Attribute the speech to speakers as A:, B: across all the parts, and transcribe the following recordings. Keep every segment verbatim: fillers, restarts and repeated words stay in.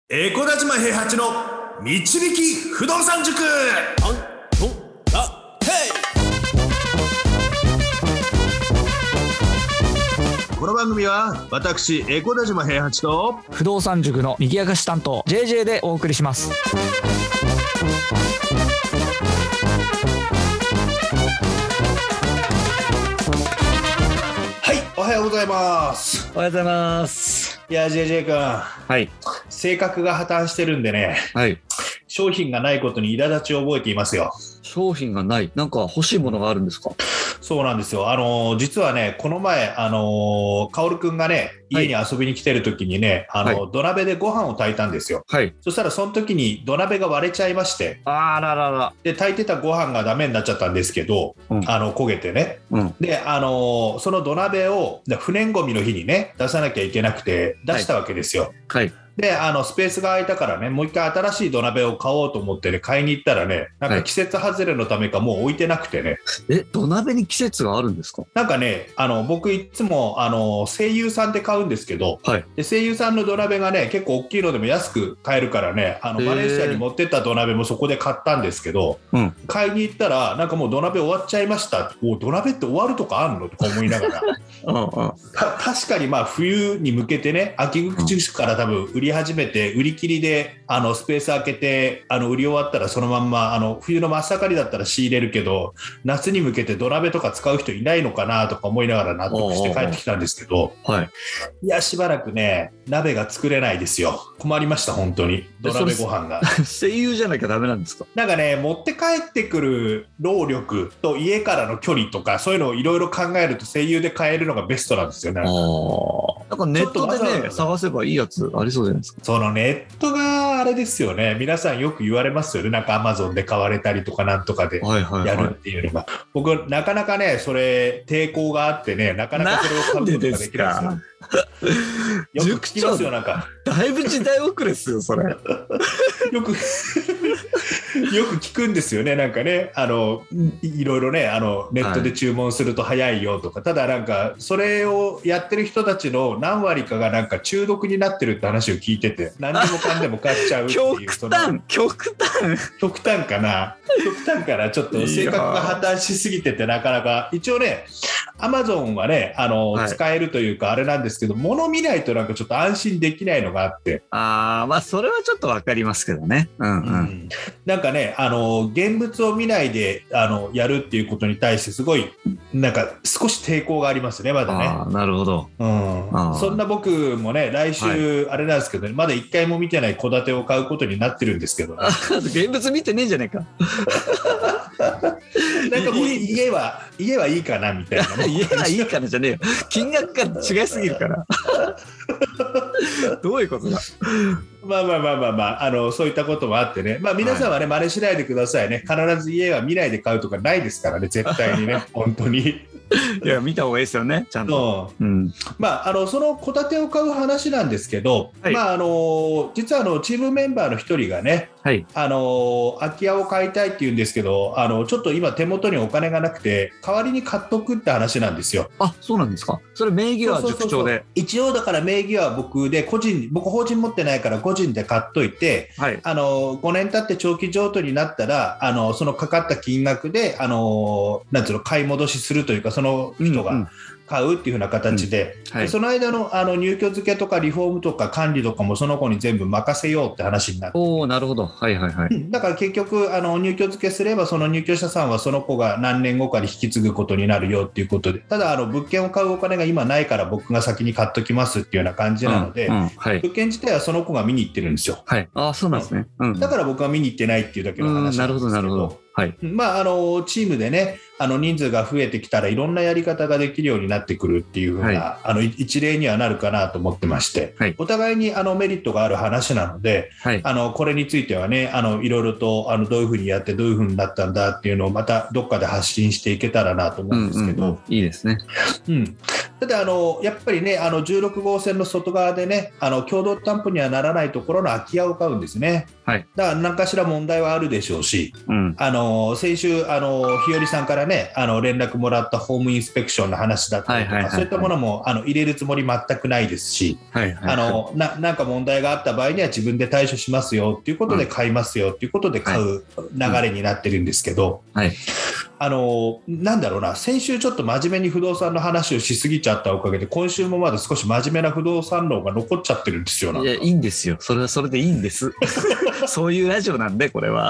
A: エコダ島平八の導き不動産塾。この番組は私エコダ島平八と
B: 不動産塾の右明かし担当 ジェイジェー でお送りします。
A: はい、おはようございます。
B: おはようございます。
A: いや ジェイジェー 君、
B: はい、
A: 性格が破綻してるんでね、
B: はい、
A: 商品がないことに苛立ちを覚えていますよ。
B: 商品がない、なんか欲しいものがあるんですか？
A: そうなんですよ。あの実はね、この前あのカオルくんがね、家に遊びに来てる時にね、はい、あの土鍋でご飯を炊いたんですよ。はい、そしたらその時に土鍋が割れちゃいまして、
B: あららら。
A: で炊いてたご飯がダメになっちゃったんですけど、うん、あの焦げてね、うん、であのその土鍋を不燃ごみの日にね出さなきゃいけなくて出したわけですよ。はい、はい、であのスペースが空いたからね、もう一回新しい土鍋を買おうと思ってね買いに行ったらね、なんか季節外れのためかもう置いてなくてね、
B: はい、え土鍋に季節があるんですか？
A: なんかね、あの僕いつもあの声優さんで買うんですけど、はい、で声優さんの土鍋がね結構大きいのでも安く買えるからね、あのマレーシアに持ってった土鍋もそこで買ったんですけど、うん、買いに行ったらなんかもう土鍋終わっちゃいました。お土鍋って終わるとかあんのとか思いながらうん、うん、た確かにまあ冬に向けてね、秋口から多分売り始めて、売り切りであのスペース開けてあの売り終わったらそのまんまあの冬の真っ盛りだったら仕入れるけど、夏に向けて土鍋とか使う人いないのかなとか思いながら納得して帰ってきたんですけど、はい、いやしばらくね鍋が作れないですよ。困りました本当に。土鍋ご飯が
B: 声優じゃなきゃダメなんですか？
A: なんかね、持って帰ってくる労力と家からの距離とかそういうのをいろいろ考えると声優で買えるのがベストなんですよね。
B: あ、なんかネットでね探せばいいやつありそうじゃないですか。
A: そのネットがあれですよね、皆さんよく言われますよね。なんかアマゾンで買われたりとかなんとかでやるっていうのが、はいはいはい、僕なかなかねそれ抵抗があってね、なかなかそれを買うことができないんですよ。よく聞きますよ。なんか
B: だいぶ時代遅れですよそれよ
A: くよく聞くんですよね。なんかね、あのいろいろね、あのネットで注文すると早いよとか、はい、ただなんかそれをやってる人たちの何割かがなんか中毒になってるって話を聞いてて、何でもかんでも買っちゃうっていう
B: 極端極端
A: 極端かな極端からちょっと性格が破綻しすぎてて、なかなか一応ねアマゾンはねあの、はい、使えるというかあれなんですけど、物見ないとなんかちょっと安心できないのがあって、
B: あーまあそれはちょっとわかりますけどね、うんうんうん、
A: なんかねあの現物を見ないであのやるっていうことに対してすごいなんか少し抵抗がありますねまだね。
B: あ、なるほど、
A: うん、そんな僕もね来週あれなんですけど、ね、はい、まだ一回も見てない戸建てを買うことになってるんですけど、ね、
B: 現物見てねえんじゃねえか
A: なんかもう家は家はいいかなみたいな
B: 家はいいかなじゃねえよ、金額が違いすぎるからどういうことだ
A: まあまあまあまあまあ、あのそういったこともあってね、まあ皆さんはね、はい、真似しないでくださいね。必ず家は見ないで買うとかないですからね、絶対にね本当に
B: いや見た方がいいですよね、ちゃんと、
A: うん、まああのその戸建てを買う話なんですけど、はい、まああの実はあのチームメンバーの一人がね、はい、あの空き家を買いたいって言うんですけど、あのちょっと今手元にお金がなくて代わりに買っとくって話なんですよ。
B: あ、そうなんですか。それ名義は塾長で。そうそうそうそう、
A: 一応だから名義は僕で個人、僕法人持ってないから個人で買っといて、はい、あのごねん経って長期譲渡になったらあのそのかかった金額であのなんつうの買い戻しするというか、その人が買うっていう風な形で、うんうん、はい、その間 の, あの入居付けとかリフォームとか管理とかもその子に全部任せようって話になって。
B: おー、なるほど、はいはいはい、うん、
A: だから結局あの入居付けすればその入居者さんはその子が何年後かに引き継ぐことになるよっていうことで、ただあの物件を買うお金が今ないから僕が先に買っときますっていうような感じなので、うんうん、はい、物件自体はその子が見に行ってるんですよ。
B: はい、あ、そうなんですね、うん、だ
A: から僕は見に行ってないっていうだけの話なんですけど、
B: なるほどなるほど、はい、
A: まあ、あのチームでねあの人数が増えてきたらいろんなやり方ができるようになってくるっていう風な、はい、あの一例にはなるかなと思ってまして、はい、お互いにあのメリットがある話なので、はい、あのこれについてはねあのいろいろとあのどういう風にやってどういう風になったんだっていうのをまたどっかで発信していけたらなと思うんですけど、うんうんうん、
B: いいですね、
A: うん、ただあのやっぱりねあのじゅうろくごうせんの外側でねあの共同担保にはならないところの空き家を買うんですね。はい、だから何かしら問題はあるでしょうし、うん、あの先週あの日和さんからからねあの連絡もらったホームインスペクションの話だったりとか、はいはいはいはい、そういったものもあの入れるつもり全くないですし、はいはいはい、あの な, なんか問題があった場合には自分で対処しますよっていうことで買いますよっていうことで買う流れになってるんですけど、はいはい、あのなんだろうな、先週ちょっと真面目に不動産の話をしすぎちゃったおかげで今週もまだ少し真面目な不動産論が残っちゃってるんですよ。なんか
B: いやいいんですよ、それはそれでいいんですそういうラジオなんでこれは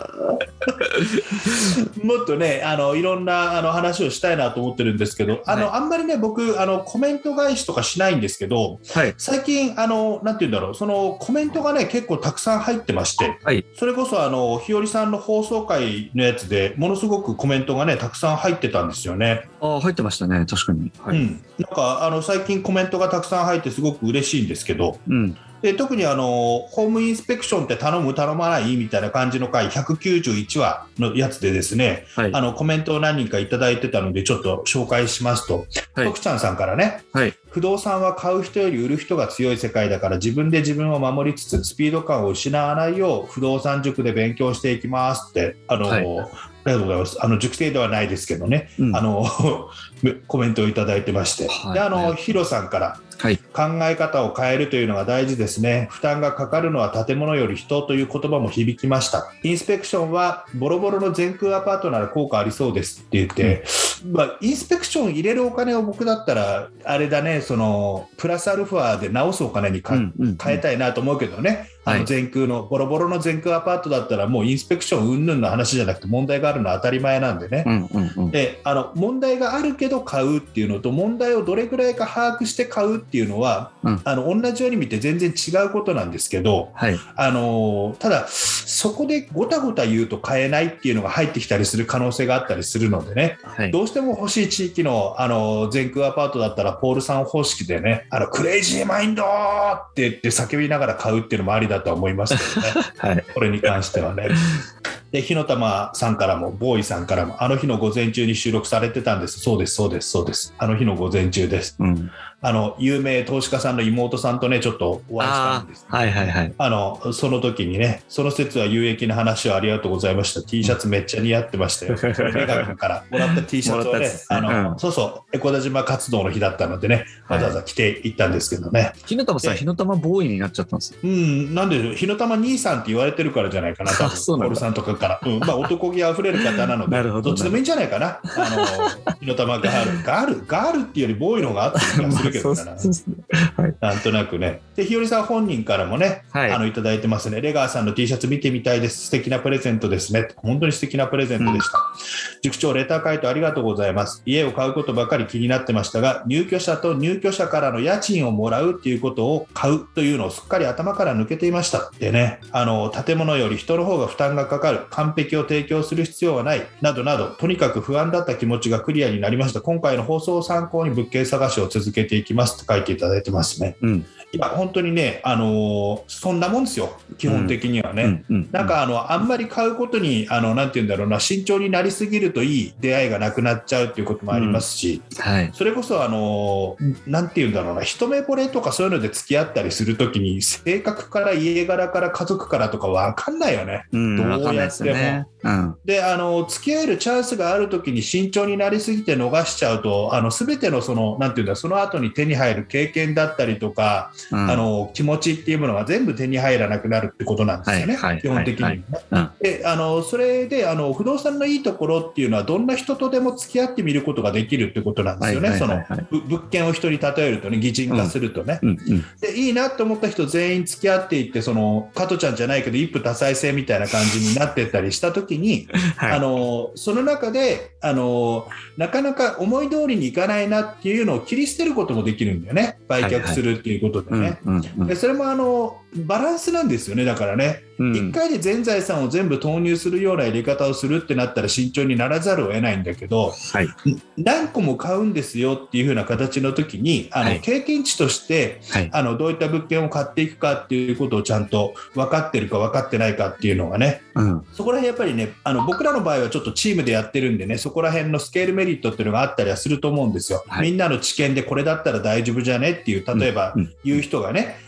A: もっとねあのいろんなあの話をしたいなと思ってるんですけど、あの、はい、あんまりね僕あのコメント返しとかしないんですけど、はい、最近あのなんていうんだろう、そのコメントがね結構たくさん入ってまして、はい、それこそあの日和さんの放送回のやつでものすごくコメントがねたくさん入ってたんですよね。
B: あ、入ってましたね、確かに、はい、
A: うん、なんかあの最近コメントがたくさん入ってすごく嬉しいんですけど、うん、で特にあのホームインスペクションって頼む頼まないみたいな感じの回ひゃくきゅうじゅういちわのやつでですね、はい、あのコメントを何人かいただいてたのでちょっと紹介しますと、はい、徳ちゃんさんからね、はい、不動産は買う人より売る人が強い世界だから自分で自分を守りつつスピード感を失わないよう不動産塾で勉強していきますってあの、はい、ありがとうございます。あの塾生ではないですけどね、うん、あのコメントをいただいてまして、はい、であの、はい、ヒロさんから、はい、考え方を変えるというのが大事ですね。負担がかかるのは建物より人という言葉も響きました。インスペクションはボロボロの全空アパートなら効果ありそうですって言って、うん、まあ、インスペクション入れるお金を僕だったらあれだね、そのプラスアルファで直すお金にか、うんうんうん、変えたいなと思うけどね、あの全空の、はい、ボロボロの全空アパートだったらもうインスペクション云々の話じゃなくて問題があるのは当たり前なんでね、うんうんうん、であの問題があるけど買うっていうのと問題をどれくらいか把握して買うっていうのは、うん、あの同じように見て全然違うことなんですけど、はい、あのただそこでごたごた言うと買えないっていうのが入ってきたりする可能性があったりするのでね、はい、どうしても欲しい地域 の, あの全空アパートだったらポールさん方式でね、あのクレイジーマインドって言って叫びながら買うっていうのもありだとは思いますけどね、はい、これに関してはね。で火の玉さんからもボーイさんからもあの日の午前中に収録されてたんです。そうですそうですそうです、あの日の午前中です、うん、あの有名投資家さんの妹さんとねちょっとお会いしたんです、ね、はいはいはい、あのその時にね、その説は有益な話をありがとうございました。 T シャツめっちゃ似合ってましたよメガ君からもらった T シャツをね、あの、うん、そうそうエコダ島活動の日だったのでね、わざわざ着ていったんですけどね、はい、
B: 火の玉さん火の玉ボーイになっちゃったんですよ。
A: うん、なんでしょう、火の玉兄さんって言われてるからじゃないかな多分ポールさんとかから、うん、まあ男気あふれる方なのでどっちでもいいんじゃないかな。あの火の玉ガールガールガールっていうよりボーイの方が合ってる気がするけどなはい、なんとなくね。で日和さん本人からもね、はい、あのいただいてますね。レガーさんの T シャツ見てみたいです、素敵なプレゼントですね。本当に素敵なプレゼントでした、うん、塾長レター回答ありがとうございます。家を買うことばかり気になってましたが入居者と入居者からの家賃をもらうっていうことを買うというのをすっかり頭から抜けていましたでね、あの建物より人の方が負担がかかる、完璧を提供する必要はないなどなど、とにかく不安だった気持ちがクリアになりました。今回の放送を参考に物件探しを続けていきますと書いていただいてますね、うん、いや本当にね、あのー、そんなもんですよ基本的にはね、うんうんうん、なんかあのあんまり買うことにあのなんていうんだろうな、慎重になりすぎるといい出会いがなくなっちゃうっていうこともありますし、うんはい、それこそあのなんていうんだろうな、一目惚れとかそういうので付き合ったりするときに性格から家柄から家族からとか分かんないよね、うん、どうやっても、ねうん、であの付き合えるチャンスがあるときに慎重になりすぎて逃しちゃうと、あの全てのそのなんていうんだ、その後に手に入る経験だったりとか、うん、あの気持ちっていうものが全部手に入らなくなるってことなんですよね、はいはい、基本的に、はいはい、であのそれであの不動産のいいところっていうのはどんな人とでも付き合ってみることができるってことなんですよね、はいはいはいはい、その物件を人に例えるとね、擬人化するとね、うんうんうん、でいいなと思った人全員付き合っていって、その加トちゃんじゃないけど一夫多妻制みたいな感じになっていったりしたときに、はい、あのその中であのなかなか思い通りにいかないなっていうのを切り捨てることもできるんだよね、売却するっていうことでね、でそれもあのバランスなんですよね。だからね、うん、いっかいで全財産を全部投入するような入れ方をするってなったら慎重にならざるを得ないんだけど、はい、何個も買うんですよっていう風な形の時にあの、はい、経験値として、はい、あのどういった物件を買っていくかっていうことをちゃんと分かってるか分かってないかっていうのがね、うん、そこら辺やっぱりね、あの僕らの場合はちょっとチームでやってるんでね、そこら辺のスケールメリットっていうのがあったりはすると思うんですよ、はい、みんなの知見でこれだったら大丈夫じゃねっていう、例えば言う人がね、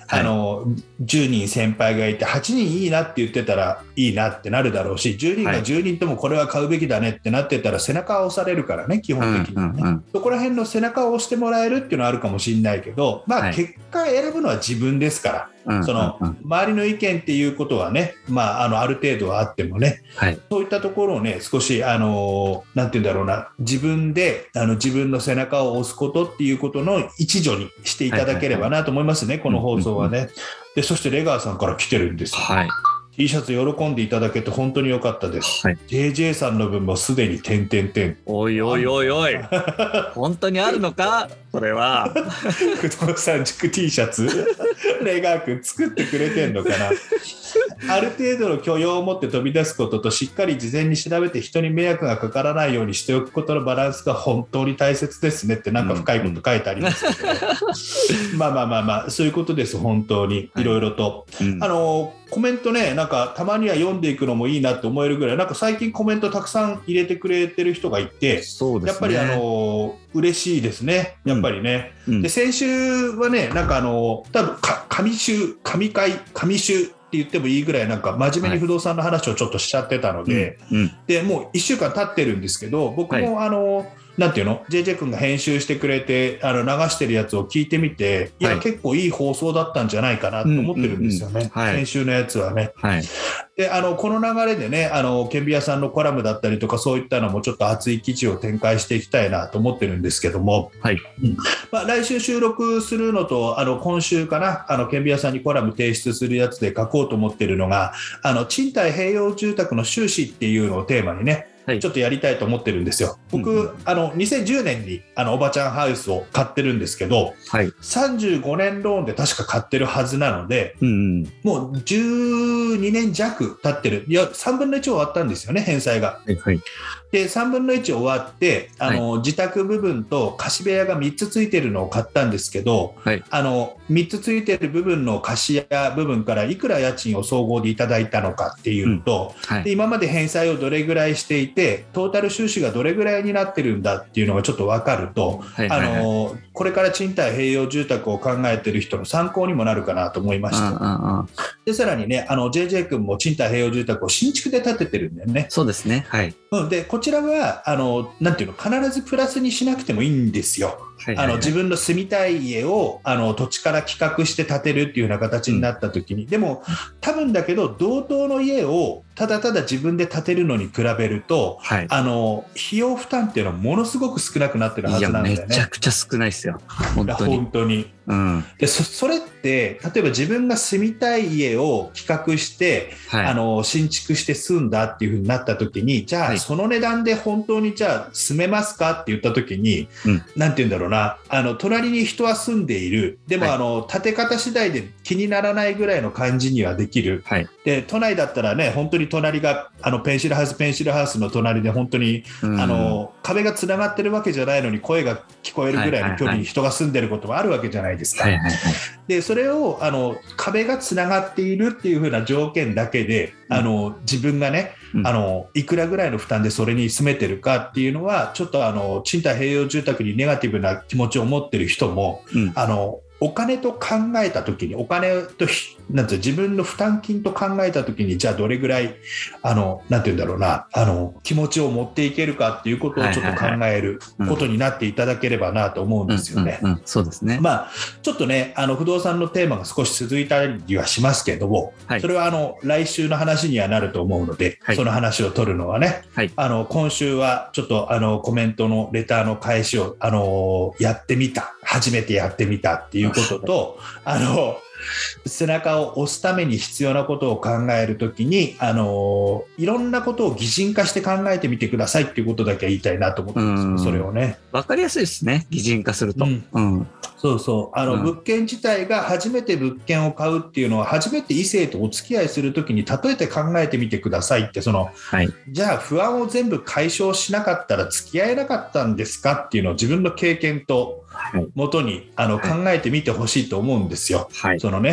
A: あのじゅうにん先輩がいてはちにんいいなって言ってたらいいなってなるだろうし、じゅうにんがじゅうにんともこれは買うべきだねってなってたら背中を押されるからね、基本的にね、うんうんうん、そこら辺の背中を押してもらえるっていうのはあるかもしれないけど、まあ、はい、結果選ぶのは自分ですから、うんうんうん、その周りの意見っていうことはね、まあ、あのある程度はあってもね、はい、そういったところをね少しあのなんて言うんだろうな、自分であの自分の背中を押すことっていうことの一助にしていただければなと思いますね、はいはいはい、この放送はね、うんうんうん、でそしてレガーさんから来てるんですよ、はい、T シャツ喜んでいただけて本当に良かったです、はい、ジェージェー さんの分もすでに点々点。
B: おいおいおいおい本当にあるのかそれは
A: 不動産塾 T シャツレガー君作ってくれてんのかなある程度の許容を持って飛び出すことと、しっかり事前に調べて人に迷惑がかからないようにしておくことのバランスが本当に大切ですねって、なんか深いこと書いてありますけど、うんうん、まあまあまあまあそういうことです。本当にいろいろと、はい、うん、あのコメントね、なんかたまには読んでいくのもいいなって思えるぐらい、なんか最近コメントたくさん入れてくれてる人がいて、そうですね、やっぱりあの嬉しいですね、やっぱりね、うんうん、で先週はね、なんかあの多分か神週神回神週って言ってもいいぐらいなんか真面目に不動産の話をちょっとしちゃってたので、はい、うん、でもういっしゅうかん経ってるんですけど、僕もあの、はい、なんていうの ジェージェー 君が編集してくれてあの流してるやつを聞いてみて、いや、はい、結構いい放送だったんじゃないかなと思ってるんですよね、うんうんうん、はい、先週のやつはね、はい、であのこの流れでね、あのケンビアさんのコラムだったりとかそういったのもちょっと熱い記事を展開していきたいなと思ってるんですけども、はい、うん、まあ、来週収録するのとあの今週かな、あのケンビアさんにコラム提出するやつで書こうと思ってるのが、あの賃貸併用住宅の収支っていうのをテーマにね、はい、ちょっとやりたいと思ってるんですよ。僕、うんうん、あのにせんじゅうねんにあのおばちゃんハウスを買ってるんですけど、はい、さんじゅうごねんローンで確か買ってるはずなので、うんうん、もうじゅうにねん弱経ってる。いやさんぶんのいち終わったんですよね、返済が、はいはい、でさんぶんのいち終わってあの、はい、自宅部分と貸し部屋がみっつついてるのを買ったんですけど、はい、あのみっつついてる部分の貸し屋部分からいくら家賃を総合でいただいたのかっていうのと、うんはい、で今まで返済をどれぐらいしていてトータル収支がどれぐらいになってるんだっていうのがちょっと分かると、はいはいはい、あのこれから賃貸併用住宅を考えてる人の参考にもなるかなと思いました。ああでさらにね、あの ジェージェー 君も賃貸併用住宅を新築で建ててるんだよね。
B: そうですね、はい、うん、
A: でこちらはあのなんていうの、必ずプラスにしなくてもいいんですよ。はいはいはい、あの自分の住みたい家をあの土地から企画して建てるっていうような形になった時に、うん、でも多分だけど同等の家をただただ自分で建てるのに比べると、はい、あの費用負担っていうのはものすごく少なくなってるはずなんだよね。いやめ
B: ちゃくちゃ少ないですよ本当に。
A: 本当に、うん、で そ, それって例えば自分が住みたい家を企画して、はい、あの新築して住んだっていう風になった時に、じゃあ、はい、その値段で本当にじゃあ住めますかって言った時に、うん、なんて言うんだろうな、あの隣に人は住んでいる、でも、はい、あの建て方次第で気にならないぐらいの感じにはできる、はい、で都内だったらね、本当に隣があのペンシルハウスペンシルハウスの隣で本当に、うん、あの壁がつながってるわけじゃないのに声が聞こえるぐらいの距離に人が住んでることもあるわけじゃないですか、はいはいはい、でそれをあの壁がつながっているっていう風な条件だけで、うん、あの自分がね、うん、あのいくらぐらいの負担でそれに住めてるかっていうのはちょっとあの賃貸併用住宅にネガティブな気持ちを持ってる人も、うん、あのお金と考えたときに、お金となんていう自分の負担金と考えたときに、じゃあどれぐらいあのなんていうんだろうな、あの気持ちを持っていけるかっていうことをちょっと考えることになっていただければなと思うんですよね。
B: そうですね。
A: まあちょっとね、あの不動産のテーマが少し続いたりはしますけれども、はい、それはあの来週の話にはなると思うので、はい、その話を取るのはね、はい、あの今週はちょっとあのコメントのレターの返しをあのやってみた、初めてやってみたっていうことと、あの背中を押すために必要なことを考えるときに、あのいろんなことを擬人化して考えてみてくださいっていうことだけ言いたいなと思ってますよ。それをね、
B: 分かりやすいですね、擬人化すると、うんうん、
A: そうそうあの、うん、物件自体が初めて物件を買うっていうのは、初めて異性とお付き合いするときに例えて考えてみてくださいって、その、はい、じゃあ不安を全部解消しなかったら付き合えなかったんですかっていうのを自分の経験と元に、はい、あの考えてみてほしいと思うんですよ、はい、そのね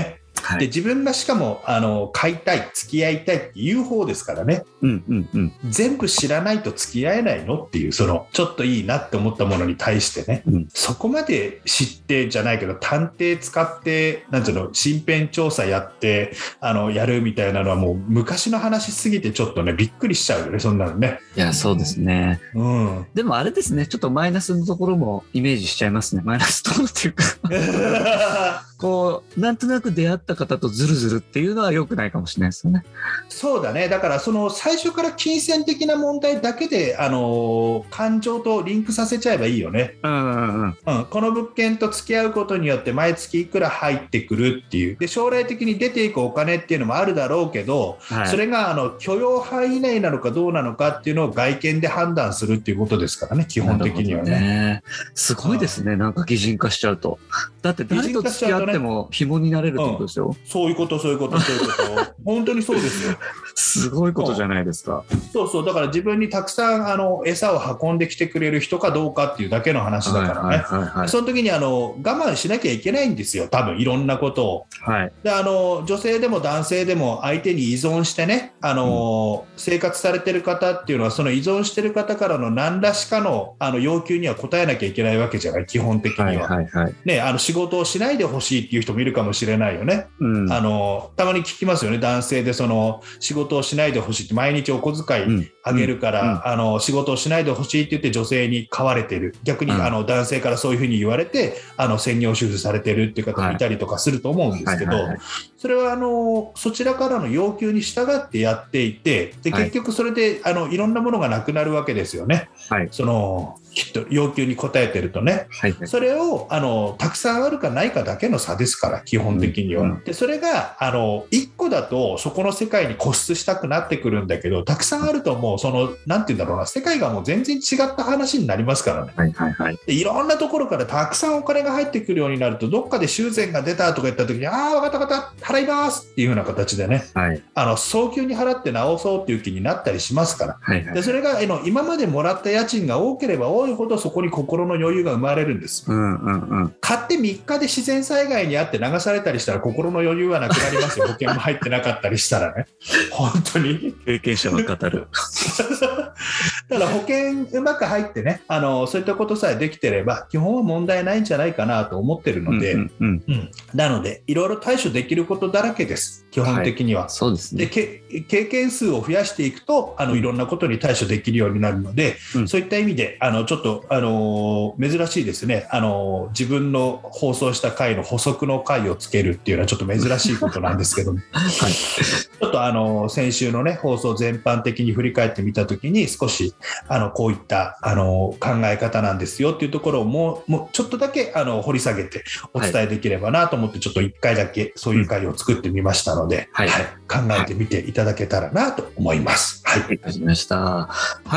A: はい、で自分がしかもあの買いたい付き合いたいっていう方ですからね、
B: うんうんうん、
A: 全部知らないと付き合えないのっていう、そのちょっといいなって思ったものに対してね、うん、そこまで知ってじゃないけど探偵使ってなんていうの身辺調査やってあのやるみたいなのはもう昔の話すぎてちょっとねびっくりしちゃうよね、そんなのね。
B: いやそうですね、
A: うん、
B: でもあれですね、ちょっとマイナスのところもイメージしちゃいますね。マイナスのところっていうかこうなんとなく出会った方とズルズルっていうのは良くないかもしれないですよね。
A: そうだね、だからその最初から金銭的な問題だけであの感情とリンクさせちゃえばいいよね、うんうんうんうん、この物件と付き合うことによって毎月いくら入ってくるっていうで、将来的に出ていくお金っていうのもあるだろうけど、はい、それがあの許容範囲内なのかどうなのかっていうのを外見で判断するっていうことですからね、基本的には ね, ね
B: すごいですね、なんか擬人化しちゃうと。だって誰と付き合っても紐になれるってことですよ、
A: うん、そういうことそういうことそういうこと本当にそうですよ
B: すごいことじゃないですか。
A: そうそう、だから自分にたくさんあの餌を運んできてくれる人かどうかっていうだけの話だからね、はいはいはいはい、その時にあの我慢しなきゃいけないんですよ、多分いろんなことを、はい、であの女性でも男性でも相手に依存してねあの、うん、生活されてる方っていうのはその依存してる方からの何らしかの、あの要求には応えなきゃいけないわけじゃない、基本的には、はいはいはい、ね、あの仕事をしないでほしいっていう人もいるかもしれないよね、うん、あのたまに聞きますよね、男性でその仕事をしないでほしいって毎日お小遣いあげるから、うんうん、あの仕事をしないでほしいって言って女性に買われてる、逆に、うん、あの男性からそういうふうに言われてあの専業主婦されてるっていう方もいたりとかすると思うんですけど、それはあのそちらからの要求に従ってやっていて、で結局それであのいろんなものがなくなるわけですよね、はい、そのきっと要求に応えてるとね、はいはい、それをあのたくさんあるかないかだけの差ですから基本的には、うんうん、でそれがあのいっこだとそこの世界に固執したくなってくるんだけど、たくさんあるともうそのなんていうんだろうな、世界がもう全然違った話になりますからね、はいはいはい、でいろんなところからたくさんお金が入ってくるようになると、どっかで修繕が出たとか言った時に、ああ分かった分かった払いますっていうような形でね、はい、あの早急に払って直そうっていう気になったりしますから、はいはい、でそれがあの今までもらった家賃が多ければ多いほどそこに心の余裕が生まれるんです、うんうんうん、買ってみっかで自然災害にあって流されたりしたら心の余裕はなくなりますよ保険も入ってなかったりしたらね本当に
B: 経験者の語る
A: だから保険うまく入ってね、あのそういったことさえできてれば基本は問題ないんじゃないかなと思ってるので、うんうんうんうん、なのでいろいろ対処できることだらけです基本的には、はい、そうですね、で経験数を増やしていくとあのいろんなことに対処できるようになるので、うん、そういった意味であのちょっとあの珍しいですね、あの自分の放送した回の補足の回をつけるっていうのはちょっと珍しいことなんですけど、ねはい、ちょっとあの先週の、ね、放送全般的に振り返ってみたときに少しあのこういったあの考え方なんですよっていうところをもう、もうちょっとだけあの掘り下げてお伝えできればなと思って、ちょっといっかいだけそういう回を作ってみましたので、はいはい、考えてみていただけたらなと思います。はい、わ
B: かりました。はい、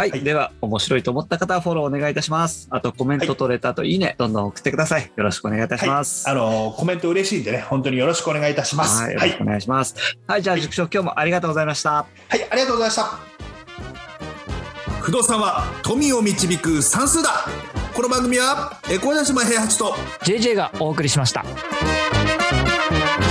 B: はい、では面白いと思った方はフォローお願いいたします。あとコメント取れたといいね、はい、どんどん送ってください。よろしくお願いいたします。
A: はい、あのコメント嬉しいんでね、本当によろしくお願いいたします。
B: はい、よろしくお願いします。はい、はい、じゃあ塾長今日もありがとうございました。は
A: い、ありがとうございました。不動産は富を導く算数だ。この番組は小枝島平八と
B: ジェイジェイ がお送りしました。